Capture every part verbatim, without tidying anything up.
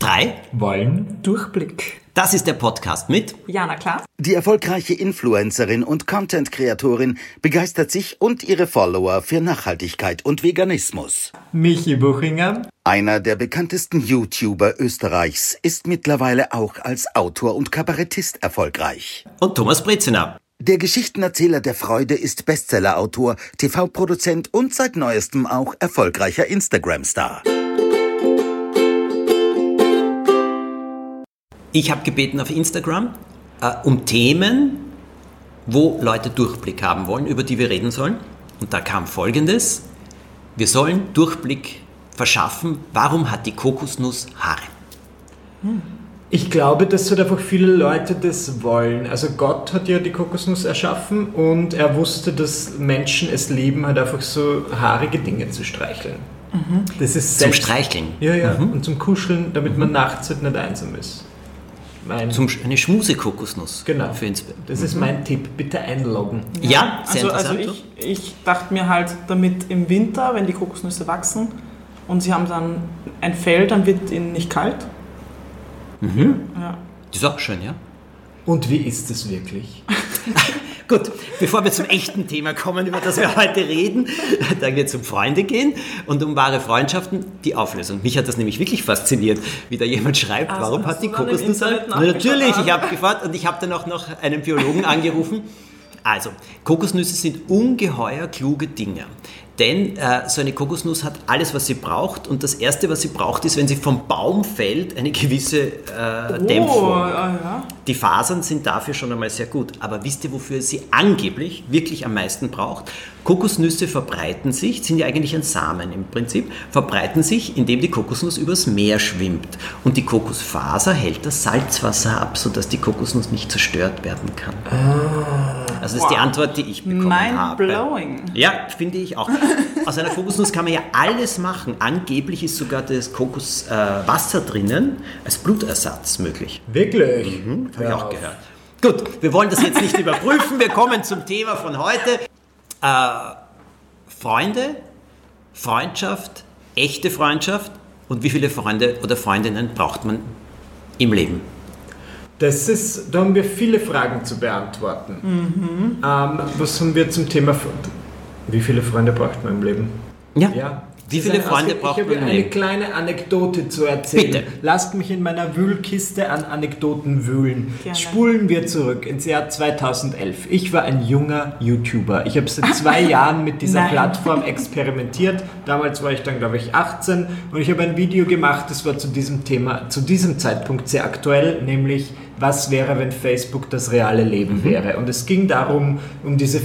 Frei wollen Durchblick. Das ist der Podcast mit Jana Klaas. Die erfolgreiche Influencerin und Content-Kreatorin begeistert sich und ihre Follower für Nachhaltigkeit und Veganismus. Michi Buchinger. Einer der bekanntesten YouTuber Österreichs ist mittlerweile auch als Autor und Kabarettist erfolgreich. Und Thomas Brezina. Der Geschichtenerzähler der Freude ist Bestsellerautor, T V-Produzent und seit neuestem auch erfolgreicher Instagram-Star. Ich habe gebeten auf Instagram äh, um Themen, wo Leute Durchblick haben wollen, über die wir reden sollen. Und da kam Folgendes: Wir sollen Durchblick verschaffen. Warum hat die Kokosnuss Haare? Hm. Ich glaube, dass halt einfach viele Leute das wollen. Also Gott hat ja die Kokosnuss erschaffen und er wusste, dass Menschen es lieben, halt einfach so haarige Dinge zu streicheln. Mhm. Das ist zum Streicheln? Ja, ja, mhm. und zum Kuscheln, damit mhm. man nachts halt nicht einsam ist. Mein Zum, eine Schmuse-Kokosnuss. Genau. Für ins das ist mein Tipp. Bitte einloggen. Ja, ja sehr also, also ich, ich dachte mir halt, damit im Winter, wenn die Kokosnüsse wachsen und sie haben dann ein Fell, dann wird ihnen nicht kalt. Mhm. Ja. Das ist auch schön, ja. Und wie ist es wirklich? Gut, bevor wir zum echten Thema kommen, über das wir heute reden, da geht es um Freunde gehen und um wahre Freundschaften, die Auflösung. Mich hat das nämlich wirklich fasziniert, wie da jemand schreibt, also warum hat die Kokosnuss... Natürlich, ich habe gefragt und ich habe dann auch noch einen Biologen angerufen. Also, Kokosnüsse sind ungeheuer kluge Dinge. Denn äh, so eine Kokosnuss hat alles, was sie braucht. Und das Erste, was sie braucht, ist, wenn sie vom Baum fällt, eine gewisse äh, oh, Dämpfung. Ja. Die Fasern sind dafür schon einmal sehr gut. Aber wisst ihr, wofür sie angeblich wirklich am meisten braucht? Kokosnüsse verbreiten sich, sind ja eigentlich ein Samen im Prinzip, verbreiten sich, indem die Kokosnuss übers Meer schwimmt. Und die Kokosfaser hält das Salzwasser ab, sodass die Kokosnuss nicht zerstört werden kann. Ah. Also das ist wow. die Antwort, die ich bekommen Mind habe. Blowing. Ja, finde ich auch. Aus einer Kokosnuss kann man ja alles machen. Angeblich ist sogar das Kokoswasser äh, drinnen als Blutersatz möglich. Wirklich? Mhm, habe ich auch gehört. Gut, wir wollen das jetzt nicht überprüfen. Wir kommen zum Thema von heute. Äh, Freunde, Freundschaft, echte Freundschaft und wie viele Freunde oder Freundinnen braucht man im Leben? Das ist, da haben wir viele Fragen zu beantworten. Mhm. Ähm, was haben wir zum Thema, wie viele Freunde braucht man im Leben? Ja. ja. Wie viele Freunde braucht man im Leben? Ich habe eine kleine Anekdote zu erzählen. Bitte. Lasst mich in meiner Wühlkiste an Anekdoten wühlen. Gerne. Spulen wir zurück ins Jahr zweitausendelf. Ich war ein junger YouTuber. Ich habe seit zwei Jahren mit dieser Nein. Plattform experimentiert. Damals war ich dann, glaube ich, achtzehn. Und ich habe ein Video gemacht, das war zu diesem Thema, zu diesem Zeitpunkt sehr aktuell, nämlich was wäre, wenn Facebook das reale Leben mhm. wäre. Und es ging darum, um diese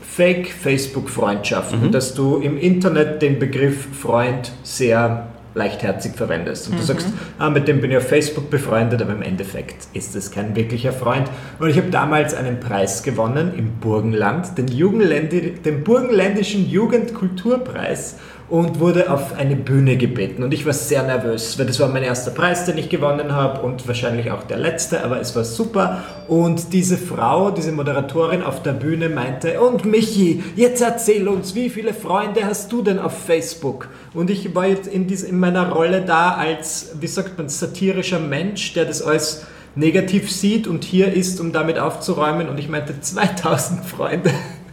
Fake-Facebook-Freundschaften, mhm. dass du im Internet den Begriff Freund sehr leichtherzig verwendest. Und mhm. du sagst, ah, mit dem bin ich auf Facebook befreundet, aber im Endeffekt ist es kein wirklicher Freund. Und ich habe damals einen Preis gewonnen im Burgenland, den, Jugendländi- den Burgenländischen Jugendkulturpreis, und wurde auf eine Bühne gebeten. Und ich war sehr nervös, weil das war mein erster Preis, den ich gewonnen habe und wahrscheinlich auch der letzte, aber es war super. Und diese Frau, diese Moderatorin auf der Bühne meinte, und Michi, jetzt erzähl uns, wie viele Freunde hast du denn auf Facebook? Und ich war jetzt in, diese, in meiner Rolle da als, wie sagt man, satirischer Mensch, der das alles negativ sieht und hier ist, um damit aufzuräumen. Und ich meinte zweitausend Freunde.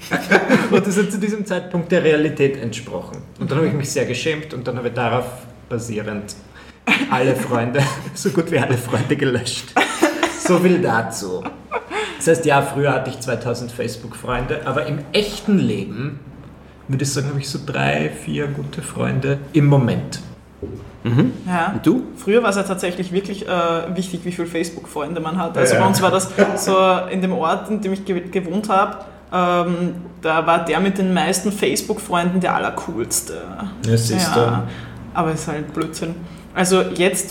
Und das hat zu diesem Zeitpunkt der Realität entsprochen. Und dann habe ich mich sehr geschämt und dann habe ich darauf basierend alle Freunde, so gut wie alle Freunde gelöscht. So viel dazu. Das heißt, ja, früher hatte ich zweitausend Facebook-Freunde, aber im echten Leben, würde ich sagen, habe ich so drei, vier gute Freunde im Moment. Mhm. Ja. Und du? Früher war es ja tatsächlich wirklich äh, wichtig, wie viele Facebook-Freunde man hat. Also ja. bei uns war das so in dem Ort, in dem ich ge- gewohnt habe, Ähm, da war der mit den meisten Facebook-Freunden der allercoolste. Ja, siehst du. Ja, aber es ist halt Blödsinn. Also jetzt,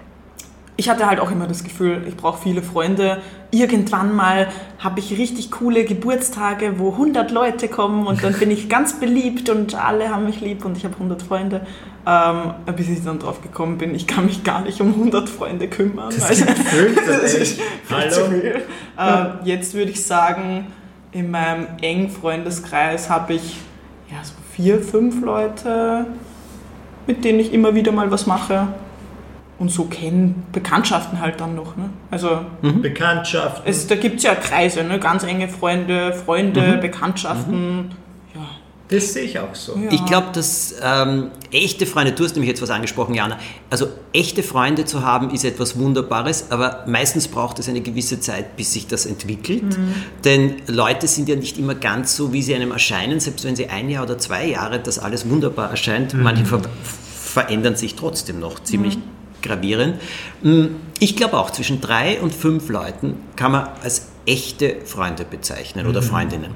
ich hatte halt auch immer das Gefühl, ich brauche viele Freunde. Irgendwann mal habe ich richtig coole Geburtstage, wo hundert Leute kommen und dann bin ich ganz beliebt und alle haben mich lieb und ich habe hundert Freunde. Ähm, bis ich dann drauf gekommen bin, ich kann mich gar nicht um hundert Freunde kümmern. Das also, ist viel, das ist viel Hallo. zu viel. Ähm, jetzt würde ich sagen, in meinem engen Freundeskreis habe ich ja, so vier, fünf Leute, mit denen ich immer wieder mal was mache. und so kennen Bekanntschaften halt dann noch. Ne? Also mhm. Bekanntschaften. Es, da gibt es ja Kreise, ne? Ganz enge Freunde, Freunde, mhm. Bekanntschaften. Mhm. Ja. Das sehe ich auch so. Ja. Ich glaube, dass ähm, echte Freunde, du hast nämlich jetzt was angesprochen, Jana, also echte Freunde zu haben ist etwas Wunderbares, aber meistens braucht es eine gewisse Zeit, bis sich das entwickelt, mhm. denn Leute sind ja nicht immer ganz so, wie sie einem erscheinen, selbst wenn sie ein Jahr oder zwei Jahre das alles wunderbar erscheint, mhm. manche ver- verändern sich trotzdem noch ziemlich mhm. gravierend. Ich glaube auch, zwischen drei und fünf Leuten kann man als echte Freunde bezeichnen mhm. oder Freundinnen.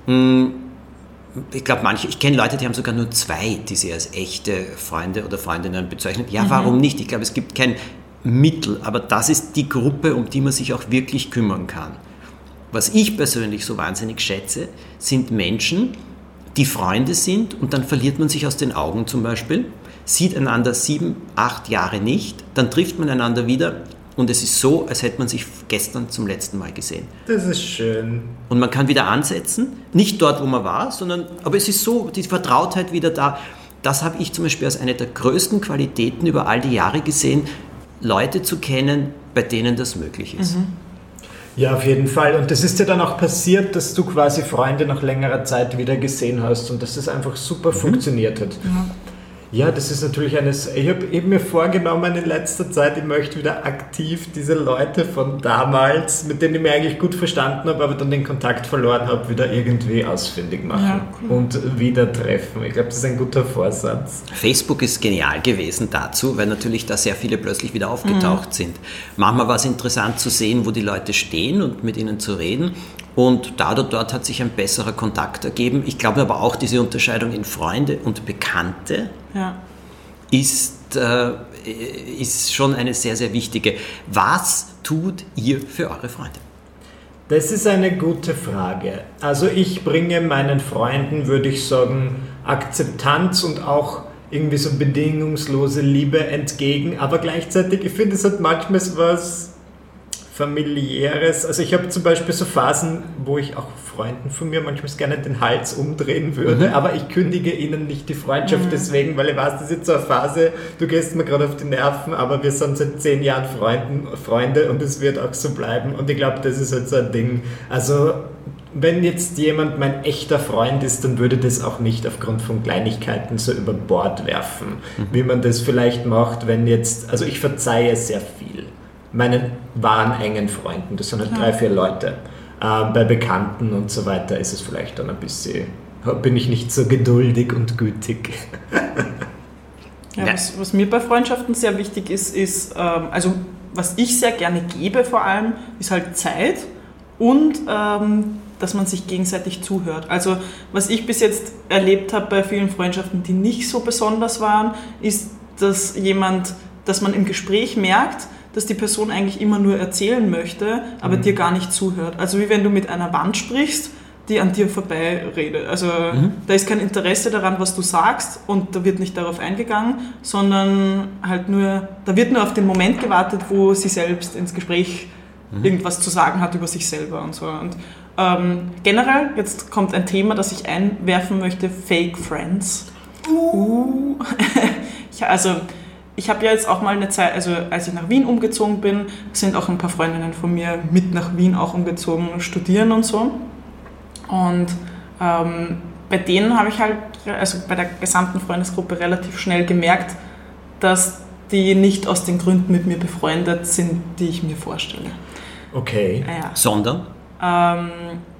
Ich glaube, manche, ich kenne Leute, die haben sogar nur zwei, die sie als echte Freunde oder Freundinnen bezeichnen. Ja, mhm. warum nicht? Ich glaube, es gibt kein Mittel, aber das ist die Gruppe, um die man sich auch wirklich kümmern kann. Was ich persönlich so wahnsinnig schätze, sind Menschen, die Freunde sind und dann verliert man sich aus den Augen zum Beispiel, sieht einander sieben, acht Jahre nicht, dann trifft man einander wieder und es ist so, als hätte man sich gestern zum letzten Mal gesehen. Das ist schön. Und man kann wieder ansetzen, nicht dort, wo man war, sondern, aber es ist so, die Vertrautheit wieder da. Das habe ich zum Beispiel als eine der größten Qualitäten über all die Jahre gesehen, Leute zu kennen, bei denen das möglich ist. Mhm. Ja, auf jeden Fall. Und das ist ja dann auch passiert, dass du quasi Freunde nach längerer Zeit wieder gesehen hast und dass das einfach super mhm. funktioniert hat. Ja. Ja, das ist natürlich eines, ich habe eben mir vorgenommen in letzter Zeit, ich möchte wieder aktiv diese Leute von damals, mit denen ich mich eigentlich gut verstanden habe, aber dann den Kontakt verloren habe, wieder irgendwie ausfindig machen ja, cool. und wieder treffen. Ich glaube, das ist ein guter Vorsatz. Facebook ist genial gewesen dazu, weil natürlich da sehr viele plötzlich wieder aufgetaucht mhm. sind. Manchmal war es interessant zu sehen, wo die Leute stehen und mit ihnen zu reden. Und da oder dort hat sich ein besserer Kontakt ergeben. Ich glaube aber auch, diese Unterscheidung in Freunde und Bekannte ja. ist, äh, ist schon eine sehr, sehr wichtige. Was tut ihr für eure Freunde? Das ist eine gute Frage. Also ich bringe meinen Freunden, würde ich sagen, Akzeptanz und auch irgendwie so bedingungslose Liebe entgegen. Aber gleichzeitig, ich finde, es hat manchmal was Familiäres. Also ich habe zum Beispiel so Phasen, wo ich auch Freunden von mir manchmal gerne den Hals umdrehen würde, mhm. aber ich kündige ihnen nicht die Freundschaft mhm. deswegen, weil ich weiß, das ist jetzt so eine Phase, du gehst mir gerade auf die Nerven, aber wir sind seit zehn Jahren Freunden, Freunde und es wird auch so bleiben und ich glaube, das ist halt so ein Ding. Also wenn jetzt jemand mein echter Freund ist, dann würde das auch nicht aufgrund von Kleinigkeiten so über Bord werfen, mhm. wie man das vielleicht macht, wenn jetzt, also ich verzeihe sehr viel. Meinen wahren engen Freunden, das sind halt ja. drei, vier Leute. Äh, bei Bekannten und so weiter ist es vielleicht dann ein bisschen, bin ich nicht so geduldig und gütig. Ja, ja. Was, was mir bei Freundschaften sehr wichtig ist, ist, ähm, also was ich sehr gerne gebe vor allem, ist halt Zeit und ähm, dass man sich gegenseitig zuhört. Also was ich bis jetzt erlebt habe bei vielen Freundschaften, die nicht so besonders waren, ist, dass jemand, dass man im Gespräch merkt, dass die Person eigentlich immer nur erzählen möchte, aber mhm. dir gar nicht zuhört. Also wie wenn du mit einer Wand sprichst, die an dir vorbei redet. Also mhm. da ist kein Interesse daran, was du sagst und da wird nicht darauf eingegangen, sondern halt nur, da wird nur auf den Moment gewartet, wo sie selbst ins Gespräch mhm. irgendwas zu sagen hat über sich selber und so. Und ähm, generell, jetzt kommt ein Thema, das ich einwerfen möchte, Fake Friends. Uh. ja, also ich habe ja jetzt auch mal eine Zeit, also als ich nach Wien umgezogen bin, sind auch ein paar Freundinnen von mir mit nach Wien auch umgezogen, studieren und so. Und ähm, bei denen habe ich halt, also bei der gesamten Freundesgruppe relativ schnell gemerkt, dass die nicht aus den Gründen mit mir befreundet sind, die ich mir vorstelle. Okay. Ja. Sondern? Ähm,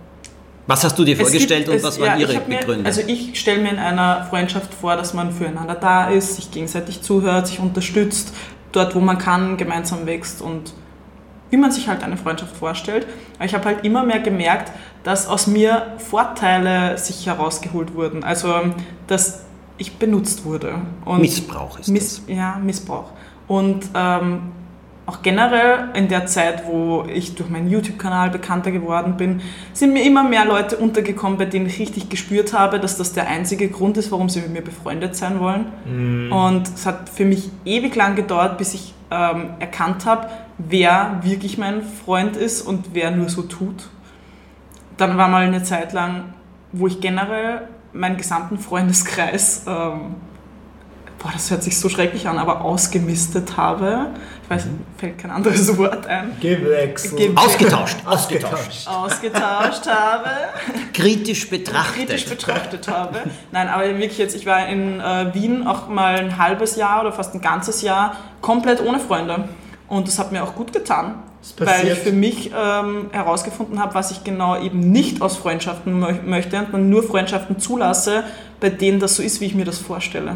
Was hast du dir vorgestellt gibt, und was es, waren ja, ihre mir, Begründungen? Also ich stelle mir in einer Freundschaft vor, dass man füreinander da ist, sich gegenseitig zuhört, sich unterstützt, dort wo man kann, gemeinsam wächst und wie man sich halt eine Freundschaft vorstellt. Aber ich habe halt immer mehr gemerkt, dass aus mir Vorteile sich herausgeholt wurden. Also dass ich benutzt wurde. Und Missbrauch ist Miss, das. Ja, Missbrauch. Und ähm, auch generell in der Zeit, wo ich durch meinen YouTube-Kanal bekannter geworden bin, sind mir immer mehr Leute untergekommen, bei denen ich richtig gespürt habe, dass das der einzige Grund ist, warum sie mit mir befreundet sein wollen. Mm. Und es hat für mich ewig lang gedauert, bis ich ähm, erkannt habe, wer wirklich mein Freund ist und wer nur so tut. Dann war mal eine Zeit lang, wo ich generell meinen gesamten Freundeskreis ähm, boah, das hört sich so schrecklich an, aber ausgemistet habe. Ich weiß, fällt kein anderes Wort ein. Gewechselt. Ge- Ausgetauscht, ausgetauscht. Ausgetauscht habe. Kritisch betrachtet. Kritisch betrachtet habe. Nein, aber wirklich jetzt, ich war in äh, Wien auch mal ein halbes Jahr oder fast ein ganzes Jahr komplett ohne Freunde. Und das hat mir auch gut getan, weil ich für mich ähm, herausgefunden habe, was ich genau eben nicht aus Freundschaften mö- möchte und man nur Freundschaften zulasse, bei denen das so ist, wie ich mir das vorstelle.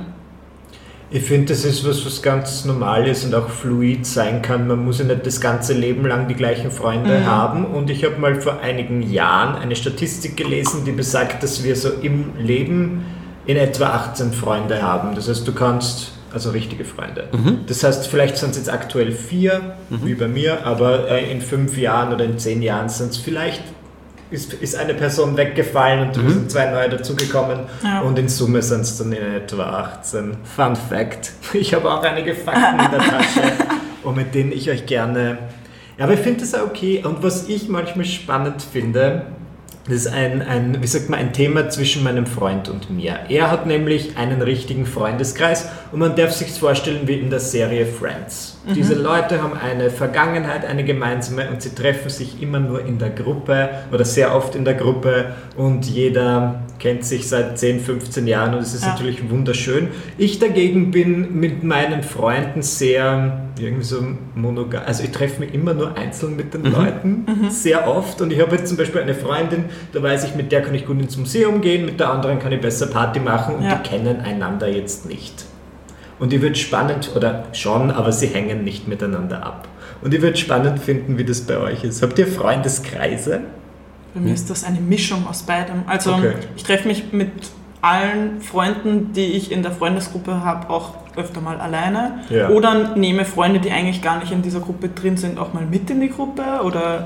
Ich finde, das ist was, was ganz normal ist und auch fluid sein kann. Man muss ja nicht das ganze Leben lang die gleichen Freunde mhm. haben. Und ich habe mal vor einigen Jahren eine Statistik gelesen, die besagt, dass wir so im Leben in etwa achtzehn Freunde haben. Das heißt, du kannst, also richtige Freunde. Mhm. Das heißt, vielleicht sind es jetzt aktuell vier, mhm. wie bei mir, aber in fünf Jahren oder in zehn Jahren sind es vielleicht Ist, ist eine Person weggefallen und mhm. sind zwei neue dazugekommen ja. und in Summe sind es dann in etwa achtzehn. Fun Fact, ich habe auch einige Fakten in der Tasche, und mit denen ich euch gerne... Ja, aber ich finde das auch okay, und was ich manchmal spannend finde, das ist ein, ein, wie sagt man, ein Thema zwischen meinem Freund und mir. Er hat nämlich einen richtigen Freundeskreis und man darf sich vorstellen wie in der Serie Friends. Mhm. Diese Leute haben eine Vergangenheit, eine gemeinsame, und sie treffen sich immer nur in der Gruppe oder sehr oft in der Gruppe und jeder kennt sich seit zehn, fünfzehn Jahren und es ist ja. natürlich wunderschön. Ich dagegen bin mit meinen Freunden sehr irgendwie so monogam, also ich treffe mich immer nur einzeln mit den mhm. Leuten, mhm. sehr oft, und ich habe jetzt zum Beispiel eine Freundin, da weiß ich, mit der kann ich gut ins Museum gehen, mit der anderen kann ich besser Party machen und ja. die kennen einander jetzt nicht. Und ich würde spannend, oder schon, aber sie hängen nicht miteinander ab. Und ich würde spannend finden, wie das bei euch ist. Habt ihr Freundeskreise? Bei mir ist das eine Mischung aus beidem. Also okay. ich treffe mich mit allen Freunden, die ich in der Freundesgruppe habe, auch öfter mal alleine. Ja. Oder nehme Freunde, die eigentlich gar nicht in dieser Gruppe drin sind, auch mal mit in die Gruppe. Oder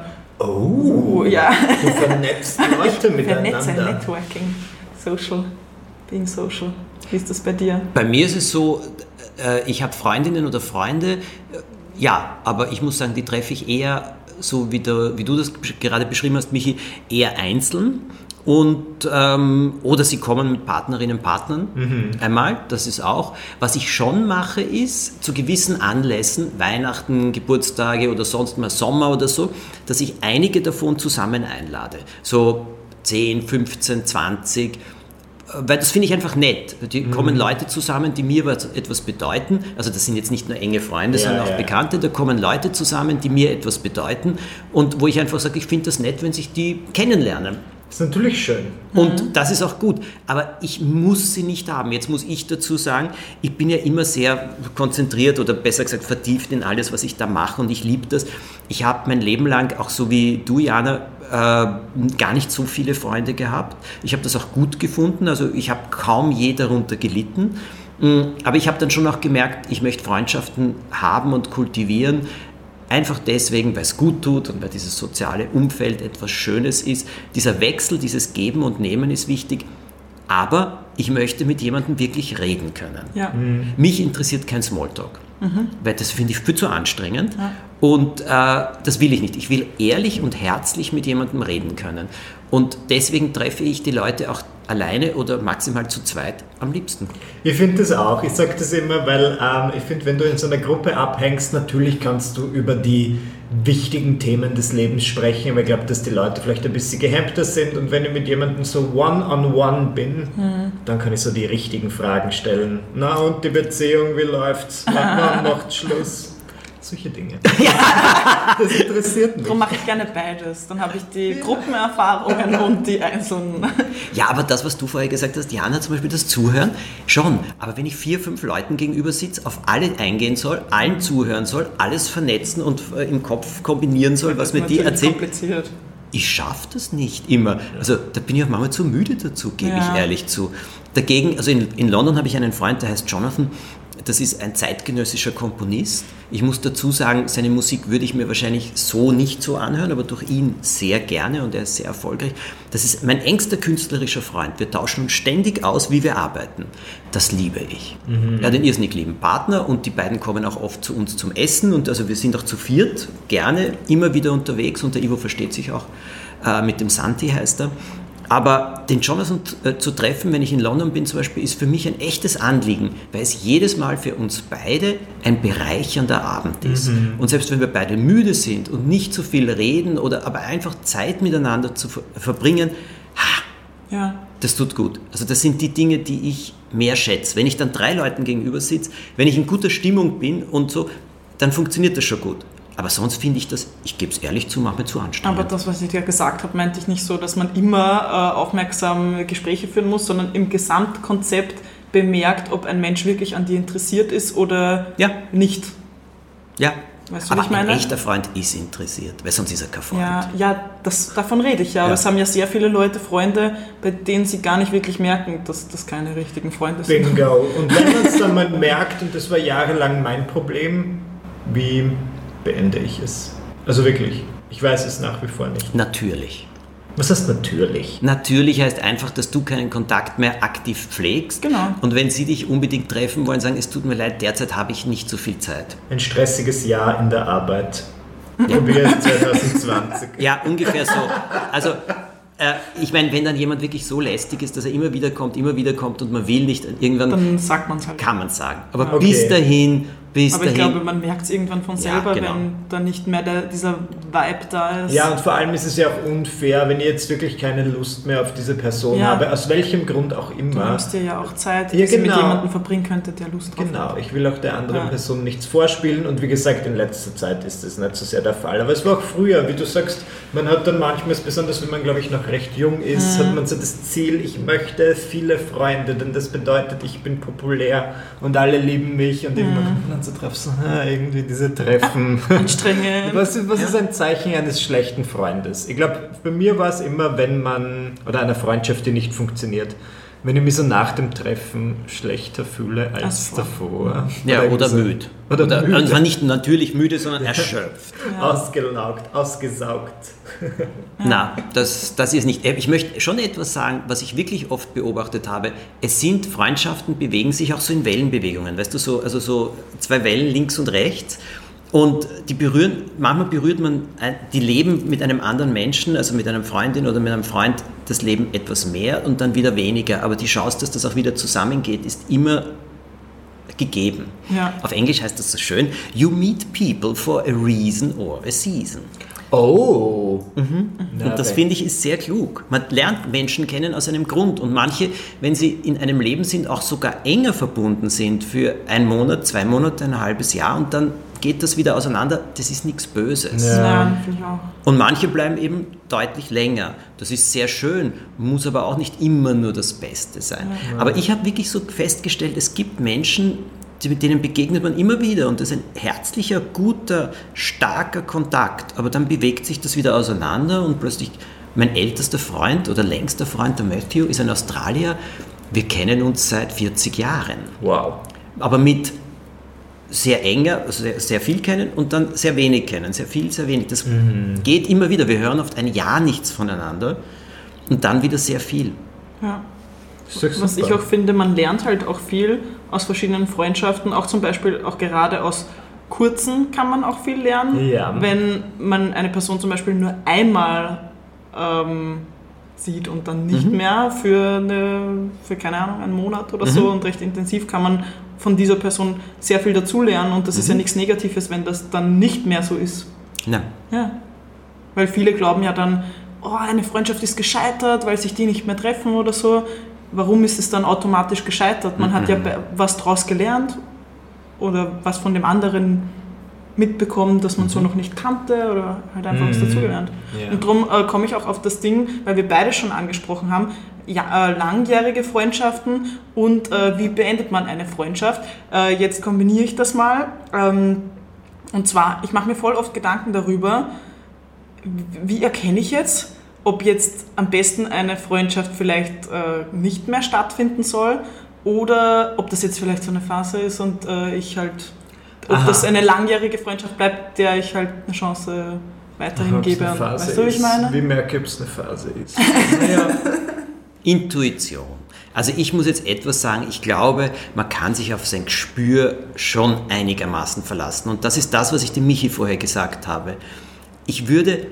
oh, ja. Du vernetzt Leute miteinander. Vernetze, Networking, Social, being social. Wie ist das bei dir? Bei mir ist es so, ich habe Freundinnen oder Freunde, ja, aber ich muss sagen, die treffe ich eher, so wie, der, wie du das gerade beschrieben hast, Michi, eher einzeln. Und, ähm, oder sie kommen mit Partnerinnen und Partnern mhm. einmal, das ist auch. Was ich schon mache, ist, zu gewissen Anlässen, Weihnachten, Geburtstage oder sonst mal Sommer oder so, dass ich einige davon zusammen einlade. So zehn, fünfzehn, zwanzig, weil das finde ich einfach nett. Die mhm. kommen Leute zusammen, die mir etwas bedeuten. Also das sind jetzt nicht nur enge Freunde, ja, sondern auch ja. Bekannte. Da kommen Leute zusammen, die mir etwas bedeuten und wo ich einfach sage, ich finde das nett, wenn sich die kennenlernen. Das ist natürlich schön. Und mhm. das ist auch gut. Aber ich muss sie nicht haben. Jetzt muss ich dazu sagen, ich bin ja immer sehr konzentriert oder besser gesagt vertieft in alles, was ich da mache, und ich liebe das. Ich habe mein Leben lang, auch so wie du, Jana, äh, gar nicht so viele Freunde gehabt. Ich habe das auch gut gefunden. Also ich habe kaum je darunter gelitten. Aber ich habe dann schon auch gemerkt, ich möchte Freundschaften haben und kultivieren, einfach deswegen, weil es gut tut und weil dieses soziale Umfeld etwas Schönes ist. Dieser Wechsel, dieses Geben und Nehmen ist wichtig. Aber ich möchte mit jemandem wirklich reden können. Ja. Mhm. Mich interessiert kein Smalltalk, mhm. weil das finde ich viel zu anstrengend. Ja. Und äh, das will ich nicht. Ich will ehrlich und herzlich mit jemandem reden können. Und deswegen treffe ich die Leute auch alleine oder maximal zu zweit am liebsten. Ich finde das auch. Ich sage das immer, weil ähm, ich finde, wenn du in so einer Gruppe abhängst, natürlich kannst du über die wichtigen Themen des Lebens sprechen, aber ich glaube, dass die Leute vielleicht ein bisschen gehemmter sind, und wenn ich mit jemandem so one-on-one bin, mhm. dann kann ich so die richtigen Fragen stellen. Na, und die Beziehung, wie läuft's? Wann macht Schluss? Solche Dinge. Ja. Das interessiert mich. Darum mache ich gerne beides. Dann habe ich die ja. Gruppenerfahrungen und die einzelnen. Ja, aber das, was du vorher gesagt hast, Jana, zum Beispiel das Zuhören, schon. Aber wenn ich vier, fünf Leuten gegenüber sitze, auf alle eingehen soll, allen zuhören soll, alles vernetzen und im Kopf kombinieren soll, was mir die erzählen. Kompliziert. Ich schaffe das nicht immer. Also da bin ich auch manchmal zu müde dazu, gebe ja. ich ehrlich zu. Dagegen, also in, in London habe ich einen Freund, der heißt Jonathan. Das ist ein zeitgenössischer Komponist. Ich muss dazu sagen, seine Musik würde ich mir wahrscheinlich so nicht so anhören, aber durch ihn sehr gerne, und er ist sehr erfolgreich. Das ist mein engster künstlerischer Freund. Wir tauschen uns ständig aus, wie wir arbeiten. Das liebe ich. Mhm. Er hat einen irrsinnig lieben Partner, und die beiden kommen auch oft zu uns zum Essen, und also wir sind auch zu viert gerne immer wieder unterwegs, und der Ivo versteht sich auch, äh, mit dem Santi heißt er. Aber den Jonathan äh, zu treffen, wenn ich in London bin zum Beispiel, ist für mich ein echtes Anliegen, weil es jedes Mal für uns beide ein bereichernder Abend ist. Mhm. Und selbst wenn wir beide müde sind und nicht so viel reden oder aber einfach Zeit miteinander zu ver- verbringen, ha, ja. das tut gut. Also das sind die Dinge, die ich mehr schätze. Wenn ich dann drei Leuten gegenüber sitze, wenn ich in guter Stimmung bin und so, dann funktioniert das schon gut. Aber sonst finde ich das, ich gebe es ehrlich zu, macht mir zu anstrengend. Aber das, was ich dir gesagt habe, meinte ich nicht so, dass man immer äh, aufmerksam Gespräche führen muss, sondern im Gesamtkonzept bemerkt, ob ein Mensch wirklich an dir interessiert ist oder ja. nicht. Ja, weißt du, aber wie ich meine? Ein echter Freund ist interessiert, weil sonst ist er kein Freund. Ja, ja das, davon rede ich ja. Aber ja. es haben ja sehr viele Leute Freunde, bei denen sie gar nicht wirklich merken, dass das keine richtigen Freunde sind. Bingo. Und wenn man es dann mal merkt, und das war jahrelang mein Problem, wie beende ich es? Also wirklich, ich weiß es nach wie vor nicht. Natürlich. Was heißt natürlich? Natürlich heißt einfach, dass du keinen Kontakt mehr aktiv pflegst. Genau. Und wenn sie dich unbedingt treffen wollen, sagen, es tut mir leid, derzeit habe ich nicht so viel Zeit. Ein stressiges Jahr in der Arbeit. Probier es zwanzig zwanzig. Ja, ungefähr so. Also, äh, ich meine, wenn dann jemand wirklich so lästig ist, dass er immer wieder kommt, immer wieder kommt und man will nicht, irgendwann dann sagt man es halt. Kann man es sagen. Aber okay. bis dahin... Bis Aber dahin. ich glaube, man merkt es irgendwann von selber, ja, genau. wenn da nicht mehr der, dieser Vibe da ist. Ja, und vor allem ist es ja auch unfair, wenn ich jetzt wirklich keine Lust mehr auf diese Person ja. habe, aus welchem Grund auch immer. Du hast dir ja auch Zeit, die ja, sie genau. mit jemandem verbringen könnte, der Lust drauf genau. hat. Genau, ich will auch der anderen ja. Person nichts vorspielen und wie gesagt, in letzter Zeit ist das nicht so sehr der Fall. Aber es war auch früher, wie du sagst, man hat dann manchmal, besonders wenn man glaube ich noch recht jung ist, mhm. hat man so das Ziel, ich möchte viele Freunde, denn das bedeutet, ich bin populär und alle lieben mich und mhm. irgendwann kommt man dann so drauf, so, irgendwie diese Treffen. Anstrengend. Was, was ja. ist ein Zeichen eines schlechten Freundes? Ich glaube, bei mir war es immer, wenn man, oder einer Freundschaft, die nicht funktioniert, wenn ich mich so nach dem Treffen schlechter fühle als Ach, davor. Ja, oder, oder müde. Oder, oder müde. Und zwar nicht natürlich müde, sondern erschöpft. Ja. Ausgelaugt, ausgesaugt. Ja. Na, das, das ist nicht... Ich möchte schon etwas sagen, was ich wirklich oft beobachtet habe. Es sind Freundschaften, bewegen sich auch so in Wellenbewegungen. Weißt du, so, also so zwei Wellen links und rechts. Und die berühren, manchmal berührt man, die leben mit einem anderen Menschen, also mit einer Freundin oder mit einem Freund, das Leben etwas mehr und dann wieder weniger. Aber die Chance, dass das auch wieder zusammengeht, ist immer gegeben. Ja. Auf Englisch heißt das so schön, you meet people for a reason or a season. Oh. Mhm. Und das finde ich ist sehr klug. Man lernt Menschen kennen aus einem Grund und manche, wenn sie in einem Leben sind, auch sogar enger verbunden sind für einen Monat, zwei Monate, ein halbes Jahr und dann geht das wieder auseinander. Das ist nichts Böses. Ja, ja finde ich auch. Und manche bleiben eben deutlich länger. Das ist sehr schön, muss aber auch nicht immer nur das Beste sein. Ja. Aber ich habe wirklich so festgestellt, es gibt Menschen, mit denen begegnet man immer wieder und das ist ein herzlicher, guter, starker Kontakt. Aber dann bewegt sich das wieder auseinander und plötzlich, mein ältester Freund oder längster Freund, der Matthew, ist ein Australier. Wir kennen uns seit vierzig Jahren. Wow. Aber mit sehr enger, also sehr, sehr viel kennen und dann sehr wenig kennen. Sehr viel, sehr wenig. Das mhm. geht immer wieder. Wir hören oft ein Jahr nichts voneinander und dann wieder sehr viel. Ja. Was ich auch finde, man lernt halt auch viel aus verschiedenen Freundschaften, auch zum Beispiel auch gerade aus kurzen kann man auch viel lernen. Ja. Wenn man eine Person zum Beispiel nur einmal ähm, sieht und dann nicht mhm. mehr für, eine, für, keine Ahnung, einen Monat oder mhm. so und recht intensiv, kann man von dieser Person sehr viel dazulernen und das mhm. ist ja nichts Negatives, wenn das dann nicht mehr so ist. Nein. Ja. Weil viele glauben ja dann, oh, eine Freundschaft ist gescheitert, weil sich die nicht mehr treffen oder so. Warum ist es dann automatisch gescheitert? Man mhm. hat ja was draus gelernt oder was von dem anderen mitbekommen, das man mhm. so noch nicht kannte oder halt einfach mhm. was dazugelernt. Yeah. Und darum äh, komme ich auch auf das Ding, weil wir beide schon angesprochen haben, ja, äh, langjährige Freundschaften und äh, wie beendet man eine Freundschaft. Äh, jetzt kombiniere ich das mal. Ähm, und zwar, ich mache mir voll oft Gedanken darüber, wie erkenne ich jetzt, ob jetzt am besten eine Freundschaft vielleicht äh, nicht mehr stattfinden soll oder ob das jetzt vielleicht so eine Phase ist und äh, ich halt, ob Aha. das eine langjährige Freundschaft bleibt, der ich halt eine Chance weiterhin Aha, gebe. Und, weißt du, wie ich meine? Wie merke ich, ob es eine Phase ist? Naja. Intuition. Also ich muss jetzt etwas sagen, ich glaube, man kann sich auf sein Gespür schon einigermaßen verlassen und das ist das, was ich dem Michi vorher gesagt habe. Ich würde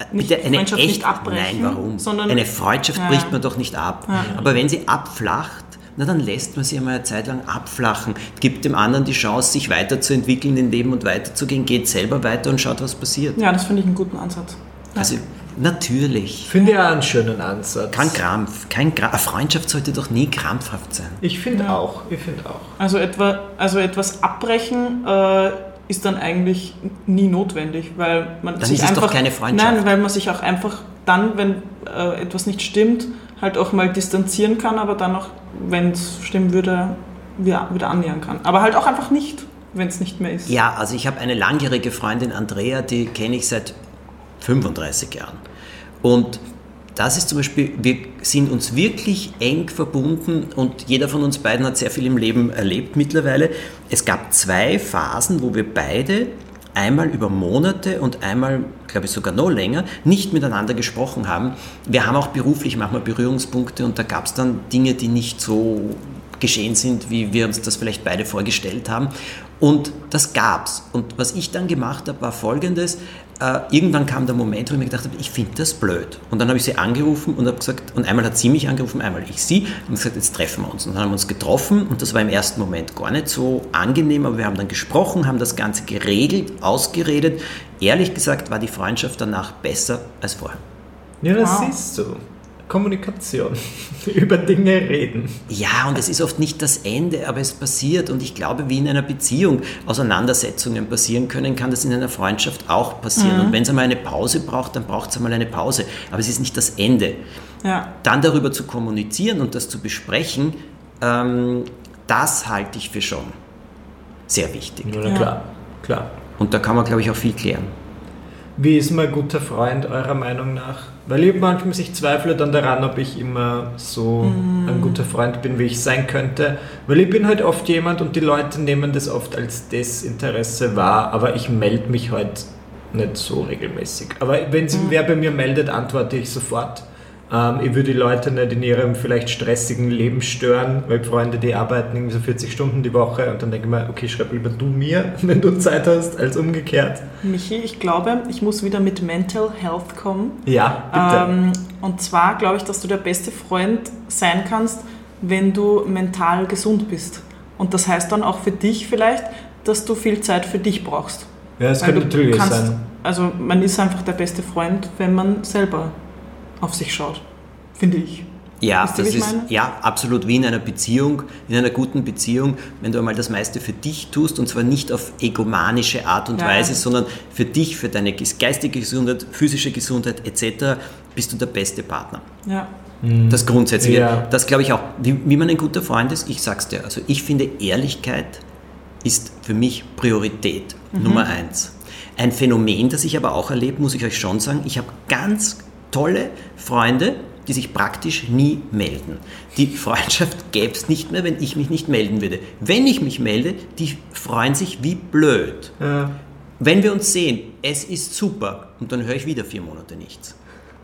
nicht, Bitte, eine Freundschaft echt, nicht abbrechen. Nein, warum? Sondern, eine Freundschaft ja. bricht man doch nicht ab. Ja. Aber wenn sie abflacht, na dann lässt man sie einmal eine Zeit lang abflachen, gibt dem anderen die Chance, sich weiterzuentwickeln im Leben und weiterzugehen, geht selber weiter und schaut, was passiert. Ja, das finde ich einen guten Ansatz. Ja. Also natürlich. Finde ja einen schönen Ansatz. Kein Krampf. Kein Krampf. Eine Freundschaft sollte doch nie krampfhaft sein. Ich finde Ja. auch. Ich finde auch. Also, etwa, also etwas abbrechen äh, ist dann eigentlich nie notwendig, weil man Dann sich ist es einfach... doch keine Freundschaft. Nein, weil man sich auch einfach dann, wenn äh, etwas nicht stimmt, halt auch mal distanzieren kann, aber dann auch, wenn es stimmen würde, wieder, wieder annähern kann. Aber halt auch einfach nicht, wenn es nicht mehr ist. Ja, also ich habe eine langjährige Freundin, Andrea, die kenne ich seit fünfunddreißig Jahren. Und das ist zum Beispiel, wir sind uns wirklich eng verbunden und jeder von uns beiden hat sehr viel im Leben erlebt mittlerweile. Es gab zwei Phasen, wo wir beide einmal über Monate und einmal, glaube ich sogar noch länger, nicht miteinander gesprochen haben. Wir haben auch beruflich manchmal Berührungspunkte und da gab es dann Dinge, die nicht so geschehen sind, wie wir uns das vielleicht beide vorgestellt haben. Und das gab's. Und was ich dann gemacht habe, war Folgendes. Äh, irgendwann kam der Moment, wo ich mir gedacht habe, ich finde das blöd. Und dann habe ich sie angerufen und habe gesagt, und einmal hat sie mich angerufen, einmal ich sie, und gesagt, jetzt treffen wir uns. Und dann haben wir uns getroffen und das war im ersten Moment gar nicht so angenehm, aber wir haben dann gesprochen, haben das Ganze geregelt, ausgeredet. Ehrlich gesagt war die Freundschaft danach besser als vorher. Ja, das Wow. siehst du. Kommunikation. Über Dinge reden. Ja, und es ist oft nicht das Ende, aber es passiert. Und ich glaube, wie in einer Beziehung Auseinandersetzungen passieren können, kann das in einer Freundschaft auch passieren. Mhm. Und wenn es einmal eine Pause braucht, dann braucht es einmal eine Pause. Aber es ist nicht das Ende. Ja. Dann darüber zu kommunizieren und das zu besprechen, ähm, das halte ich für schon sehr wichtig. Na Ja. klar, klar. Und da kann man, glaube ich, auch viel klären. Wie ist mein guter Freund eurer Meinung nach? Weil ich manchmal sich zweifle dann daran, ob ich immer so Mm. ein guter Freund bin, wie ich sein könnte. Weil ich bin halt oft jemand und die Leute nehmen das oft als Desinteresse wahr, aber ich melde mich halt nicht so regelmäßig. Aber wenn sich wer bei mir meldet, antworte ich sofort. Ähm, ich würde die Leute nicht in ihrem vielleicht stressigen Leben stören, weil Freunde, die arbeiten irgendwie so vierzig Stunden die Woche und dann denke ich mir, okay, schreib lieber du mir, wenn du Zeit hast, als umgekehrt. Michi, ich glaube, ich muss wieder mit Mental Health kommen. Ja, bitte. Ähm, und zwar glaube ich, dass du der beste Freund sein kannst, wenn du mental gesund bist. Und das heißt dann auch für dich vielleicht, dass du viel Zeit für dich brauchst. Ja, das Weil kann du natürlich kannst, sein. Also man ist einfach der beste Freund, wenn man selber auf sich schaut, finde ich. Ja, Wisst ihr, das wie ich ist meine? ja absolut wie in einer Beziehung, in einer guten Beziehung, wenn du einmal das meiste für dich tust und zwar nicht auf egomanische Art und Ja. Weise, sondern für dich, für deine geistige Gesundheit, physische Gesundheit et cetera bist du der beste Partner. Ja. Das Grundsätzliche. Ja. Das glaube ich auch. Wie, wie man ein guter Freund ist, ich sag's dir. Also ich finde, Ehrlichkeit ist für mich Priorität Nummer eins. Ein Phänomen, das ich aber auch erlebe, muss ich euch schon sagen, ich habe ganz tolle Freunde, die sich praktisch nie melden. Die Freundschaft gäbe es nicht mehr, wenn ich mich nicht melden würde. Wenn ich mich melde, die freuen sich wie blöd. Ja. Wenn wir uns sehen, es ist super und dann höre ich wieder vier Monate nichts.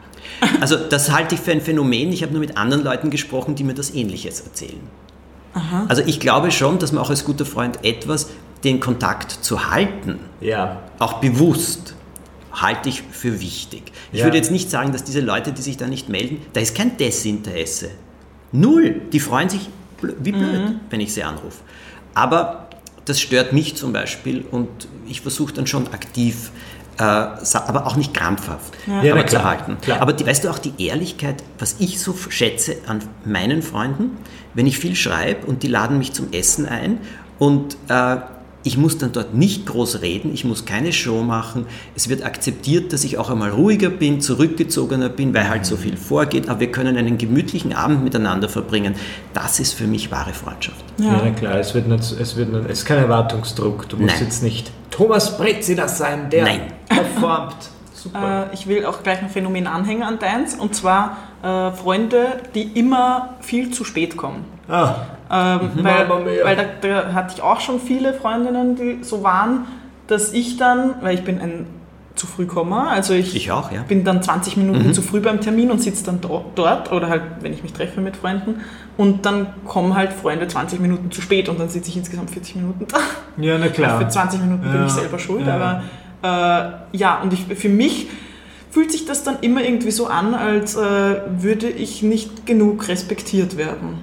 Also das halte ich für ein Phänomen. Ich habe nur mit anderen Leuten gesprochen, die mir das Ähnliches erzählen. Aha. Also ich glaube schon, dass man auch als guter Freund etwas, den Kontakt zu halten, Ja. auch bewusst, halte ich für wichtig. Ich Ja. würde jetzt nicht sagen, dass diese Leute, die sich da nicht melden, da ist kein Desinteresse. Null. Die freuen sich blö- wie blöd, wenn ich sie anrufe. Aber das stört mich zum Beispiel und ich versuche dann schon aktiv, äh, sa- aber auch nicht krampfhaft, Ja. Ja, na aber zu klar, halten. klar. Aber die, weißt du auch die Ehrlichkeit, was ich so schätze an meinen Freunden, wenn ich viel schreibe und die laden mich zum Essen ein und äh, ich muss dann dort nicht groß reden, ich muss keine Show machen. Es wird akzeptiert, dass ich auch einmal ruhiger bin, zurückgezogener bin, weil halt so viel vorgeht, aber wir können einen gemütlichen Abend miteinander verbringen. Das ist für mich wahre Freundschaft. Ja, Ja. na klar, es wird nicht, es wird nicht, es ist kein Erwartungsdruck. Du musst Nein. jetzt nicht Thomas Brezina sein, der Nein. performt. Super. Äh, ich will auch gleich ein Phänomen anhängen an deins, und zwar äh, Freunde, die immer viel zu spät kommen. ah, Ähm, weil Mamma mia. weil da, da hatte ich auch schon viele Freundinnen, die so waren, dass ich dann, weil ich bin ein zu früh Kommer, also ich, Ich auch, ja. bin dann zwanzig Minuten zu früh beim Termin und sitze dann do, dort oder halt, wenn ich mich treffe mit Freunden, und dann kommen halt Freunde zwanzig Minuten zu spät und dann sitze ich insgesamt vierzig Minuten da. ja, na klar. Für zwanzig Minuten bin Ja, ich selber schuld, ja. aber äh, ja, und ich, für mich fühlt sich das dann immer irgendwie so an, als äh, würde ich nicht genug respektiert werden.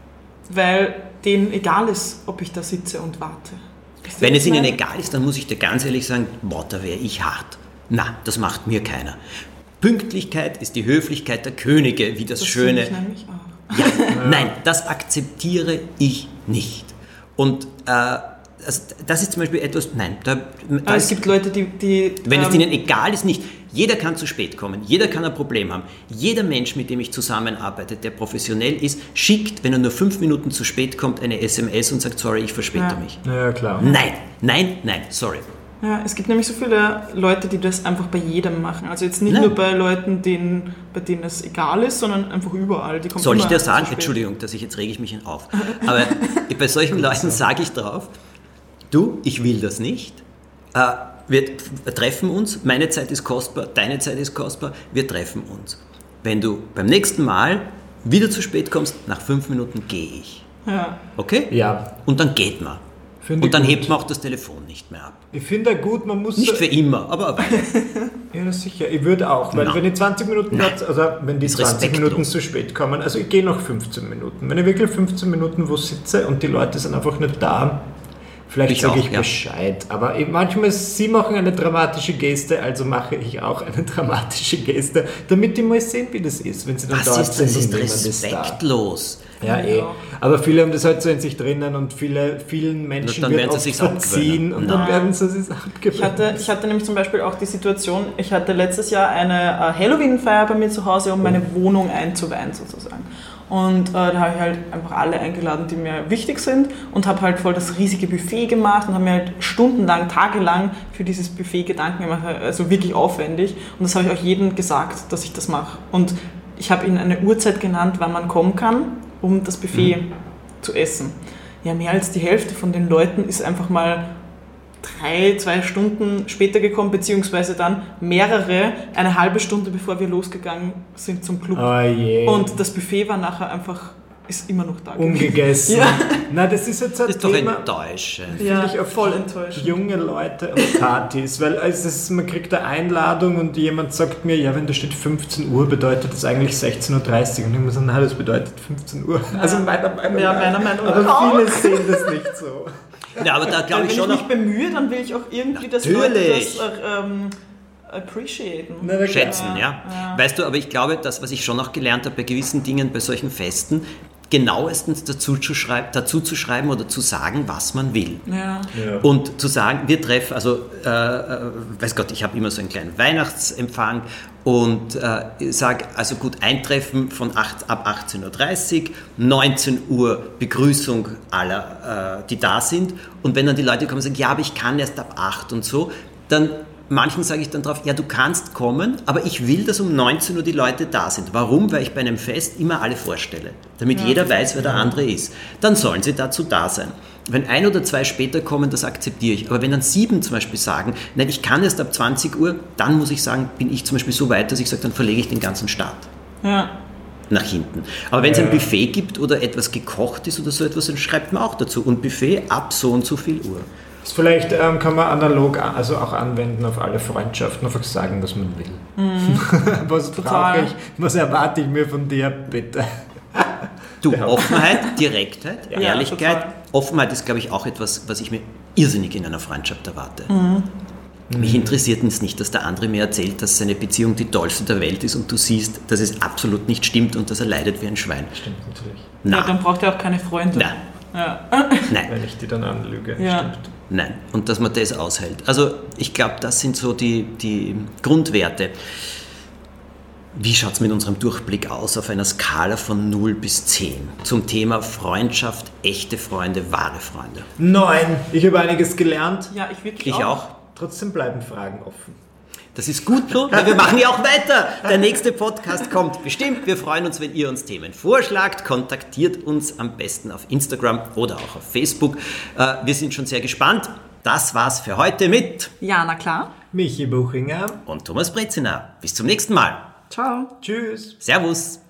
Weil denen egal ist, ob ich da sitze und warte. Wenn es ihnen egal ist, dann muss ich dir ganz ehrlich sagen, boah, da wäre ich hart. Na, das macht mir keiner. Pünktlichkeit ist die Höflichkeit der Könige, wie das, das Schöne... Ich nämlich auch. Ja, nein, das akzeptiere ich nicht. Und äh, also das ist zum Beispiel etwas, nein. Da, Aber es gibt Leute, die... die wenn ähm, es ihnen egal ist, nicht. Jeder kann zu spät kommen, jeder kann ein Problem haben. Jeder Mensch, mit dem ich zusammenarbeite, der professionell ist, schickt, wenn er nur fünf Minuten zu spät kommt, eine S M S und sagt, sorry, ich verspäte ja. mich. Ja, klar. Nein, nein, nein, sorry. Ja, es gibt nämlich so viele Leute, die das einfach bei jedem machen. Also jetzt nicht Nein. nur bei Leuten, denen, bei denen es egal ist, sondern einfach überall. Die kommen Soll ich immer dir zu sagen, spät. Entschuldigung, dass ich jetzt rege ich mich auf, aber bei solchen Leuten sage ich drauf, du, ich will das nicht, äh, wir treffen uns, meine Zeit ist kostbar, deine Zeit ist kostbar, wir treffen uns. Wenn du beim nächsten Mal wieder zu spät kommst, nach fünf Minuten gehe ich. Ja. Okay? Ja. Und dann geht man. Finde Und dann ich gut. hebt man auch das Telefon nicht mehr ab. Ich finde gut, man muss... Nicht für immer, aber... Ja, sicher. Ich würde auch, weil Nein. wenn ich zwanzig Minuten, Nein. hat, also wenn die Ist zwanzig respektlos. Minuten zu spät kommen, also ich gehe noch fünfzehn Minuten. Wenn ich wirklich fünfzehn Minuten wo sitze und die Leute sind einfach nicht da, vielleicht Ich sage auch, ich ja. Bescheid. Aber ich, manchmal, sie machen eine dramatische Geste, also mache ich auch eine dramatische Geste, damit die mal sehen, wie das ist, wenn sie dann Was dort ist, sind das ist und niemand ist da. respektlos. Ja, eh. Ja. Aber viele haben das halt so in sich drinnen und viele, vielen Menschen dann wird werden sie oft sich's verziehen abgewöhnen. und dann Nein. werden sie sich abgewöhnen. Ich hatte, ich hatte nämlich zum Beispiel auch die Situation, ich hatte letztes Jahr eine äh, Halloween-Feier bei mir zu Hause, um meine Wohnung einzuweihen sozusagen. Und äh, da habe ich halt einfach alle eingeladen, die mir wichtig sind und habe halt voll das riesige Buffet gemacht und habe mir halt stundenlang, tagelang für dieses Buffet Gedanken gemacht, also wirklich aufwendig. Und das habe ich auch jedem gesagt, dass ich das mache. Und ich habe ihnen eine Uhrzeit genannt, wann man kommen kann, um das Buffet mhm. zu essen. Ja, mehr als die Hälfte von den Leuten ist einfach mal drei, zwei Stunden später gekommen, beziehungsweise dann mehrere, eine halbe Stunde bevor wir losgegangen sind zum Club. Oh je. Und das Buffet war nachher einfach, ist immer noch da gewesen. Umgegessen. Ja. Na, das ist jetzt ein Das ist doch Thema, enttäuschend. Ja, finde ich auch voll enttäuschend. junge Leute und Partys, weil es ist, man kriegt eine Einladung und jemand sagt mir, ja, wenn da steht fünfzehn Uhr, bedeutet das eigentlich sechzehn Uhr dreißig und ich muss sagen, nein, das bedeutet fünfzeen Uhr. Ja. Also meiner Meinung Ja, nach. meiner Meinung nach Aber auch. viele sehen das nicht so. Ja, aber da glaube Wenn ich ich schon mich noch... bemühe, dann will ich auch irgendwie, dass Natürlich. Leute das äh, ähm, appreciaten. Na, na, schätzen, ja. Ja. Weißt du, aber ich glaube, das, was ich schon noch gelernt habe bei gewissen Dingen, bei solchen Festen, genauestens dazu zu, schreib, dazu zu schreiben oder zu sagen, was man will. Ja. Ja. Und zu sagen, wir treffen, also, äh, äh, weiß Gott, ich habe immer so einen kleinen Weihnachtsempfang und äh, sage, also gut, Eintreffen von acht, ab achtzehn Uhr dreißig, neunzehn Uhr Begrüßung aller, äh, die da sind. Und wenn dann die Leute kommen und sagen, ja, aber ich kann erst ab acht und so, dann manchen sage ich dann drauf, ja, du kannst kommen, aber ich will, dass um neunzehn Uhr die Leute da sind. Warum? Weil ich bei einem Fest immer alle vorstelle, damit Ja, jeder weiß, wer der andere ist. Dann sollen sie dazu da sein. Wenn ein oder zwei später kommen, das akzeptiere ich. Aber wenn dann sieben zum Beispiel sagen, nein, ich kann erst ab zwanzig Uhr, dann muss ich sagen, bin ich zum Beispiel so weit, dass ich sage, dann verlege ich den ganzen Start Ja. nach hinten. Aber wenn es Ja. ein Buffet gibt oder etwas gekocht ist oder so etwas, dann schreibt man auch dazu. Und Buffet ab so und so viel Uhr. Das vielleicht ähm, kann man analog an- also auch anwenden auf alle Freundschaften, einfach sagen, was man will. Mhm. Was Total. brauche ich, was erwarte ich mir von dir, bitte? Du, Offenheit, Direktheit, Ja, Ehrlichkeit. total. Offenheit ist, glaube ich, auch etwas, was ich mir irrsinnig in einer Freundschaft erwarte. Mhm. Mich interessiert es nicht, dass der andere mir erzählt, dass seine Beziehung die tollste der Welt ist und du siehst, dass es absolut nicht stimmt und dass er leidet wie ein Schwein. Stimmt natürlich. Ja, Nein, dann braucht er auch keine Freunde. nein, Ja. nein. Wenn ich die dann anlüge. Ja. Stimmt. Nein, und dass man das aushält. Also ich glaube, das sind so die, die Grundwerte. Wie schaut es mit unserem Durchblick aus auf einer Skala von null bis zehn zum Thema Freundschaft, echte Freunde, wahre Freunde? Neun. Ich habe einiges gelernt. Ja, ich wirklich Ich auch. Trotzdem bleiben Fragen offen. Das ist gut so, weil wir machen ja auch weiter. Der nächste Podcast kommt bestimmt. Wir freuen uns, wenn ihr uns Themen vorschlagt. Kontaktiert uns am besten auf Instagram oder auch auf Facebook. Äh, Wir sind schon sehr gespannt. Das war's für heute mit Ja, na klar. Michi Buchinger. und Thomas Brezina. Bis zum nächsten Mal. Ciao. Tschüss. Servus.